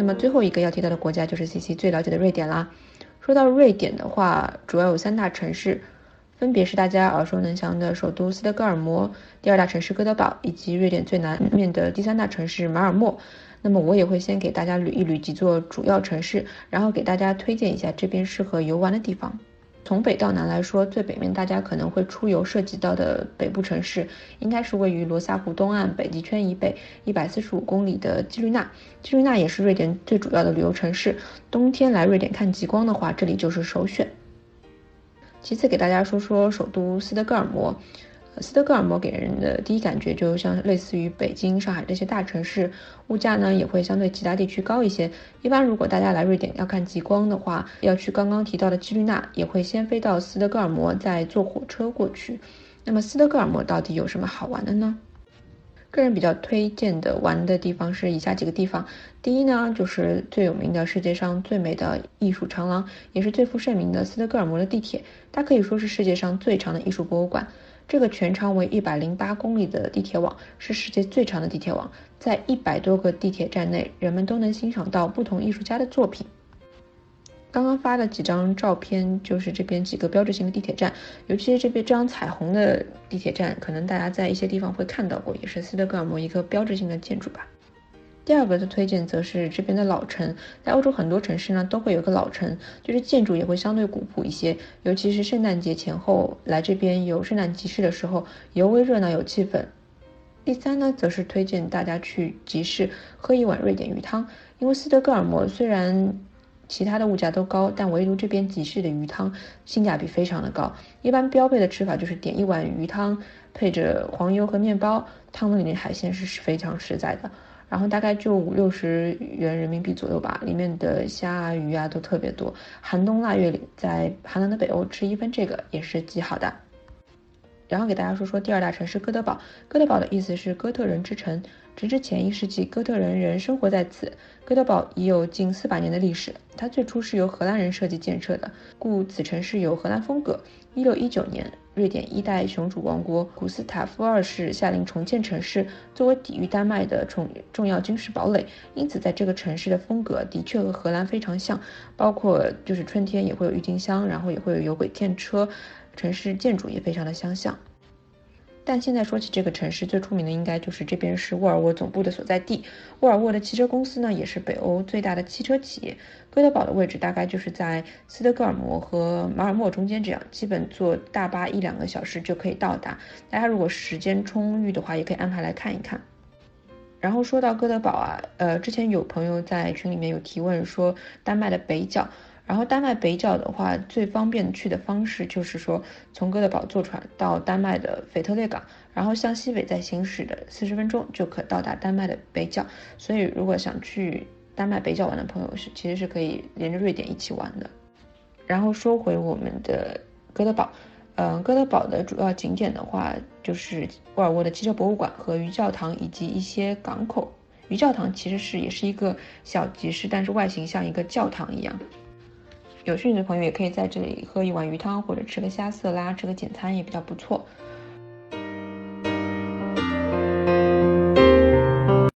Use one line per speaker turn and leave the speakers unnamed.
那么最后一个要提到的国家就是 CC 最了解的瑞典啦。说到瑞典的话，主要有3大城市，分别是大家耳熟能详的首都斯德哥尔摩，第2大城市哥德堡，以及瑞典最南面的第3大城市马尔默。那么我也会先给大家捋一捋几座主要城市，然后给大家推荐一下这边适合游玩的地方。从北到南来说，最北面大家可能会出游涉及到的北部城市，应该是位于罗萨湖东岸北极圈以北145公里的基律纳。基律纳也是瑞典最主要的旅游城市，冬天来瑞典看极光的话，这里就是首选。其次给大家说说首都斯德哥尔摩。斯德哥尔摩给人的第一感觉就像类似于北京、上海这些大城市，物价呢也会相对其他地区高一些。一般如果大家来瑞典要看极光的话，要去刚刚提到的基律纳，也会先飞到斯德哥尔摩，再坐火车过去。那么斯德哥尔摩到底有什么好玩的呢？个人比较推荐的玩的地方是以下几个地方。第一呢，就是最有名的世界上最美的艺术长廊，也是最负盛名的斯德哥尔摩的地铁，它可以说是世界上最长的艺术博物馆。这个全长为108公里的地铁网是世界最长的地铁网，在100多个地铁站内，人们都能欣赏到不同艺术家的作品。刚刚发的几张照片就是这边几个标志性的地铁站，尤其是这张彩虹的地铁站，可能大家在一些地方会看到过，也是斯德哥尔摩一个标志性的建筑吧。第二个的推荐则是这边的老城，在欧洲很多城市呢都会有个老城，就是建筑也会相对古朴一些，尤其是圣诞节前后来这边有圣诞集市的时候，尤为热闹有气氛。第三呢，则是推荐大家去集市喝一碗瑞典鱼汤，因为斯德哥尔摩虽然其他的物价都高，但唯独这边集市的鱼汤性价比非常的高。一般标配的吃法就是点一碗鱼汤，配着黄油和面包，汤里面海鲜是非常实在的。然后大概就50-60元人民币左右吧，里面的虾啊鱼啊都特别多。寒冬腊月里，在寒冷的北欧吃一份这个也是极好的。然后给大家说说第2大城市哥德堡。哥德堡的意思是哥特人之城，直至前1世纪，哥特人仍生活在此。哥德堡已有近400年的历史，它最初是由荷兰人设计建设的，故此城市有荷兰风格。1619年，瑞典1代雄主王国古斯塔夫2世下令重建城市，作为抵御丹麦的重要军事堡垒。因此，在这个城市的风格的确和荷兰非常像，包括就是春天也会有郁金香，然后也会有有轨电车，城市建筑也非常的相像。但现在说起这个城市，最出名的应该就是这边是沃尔沃总部的所在地。沃尔沃的汽车公司呢，也是北欧最大的汽车企业。哥德堡的位置大概就是在斯德哥尔摩和马尔默中间，这样基本坐大巴1-2个小时就可以到达。大家如果时间充裕的话，也可以安排来看一看。然后说到哥德堡啊，之前有朋友在群里面有提问说丹麦的北角。然后丹麦北角的话，最方便去的方式就是说从哥德堡坐船到丹麦的腓特烈港，然后向西北再行驶的40分钟就可到达丹麦的北角。所以如果想去丹麦北角玩的朋友其实是可以连着瑞典一起玩的。然后说回我们的哥德堡，哥德堡的主要景点的话，就是沃尔沃的汽车博物馆和鱼教堂以及一些港口。鱼教堂其实也是一个小集市，但是外形像一个教堂一样。有兴趣的朋友也可以在这里喝一碗鱼汤，或者吃个虾色拉，吃个简餐也比较不错。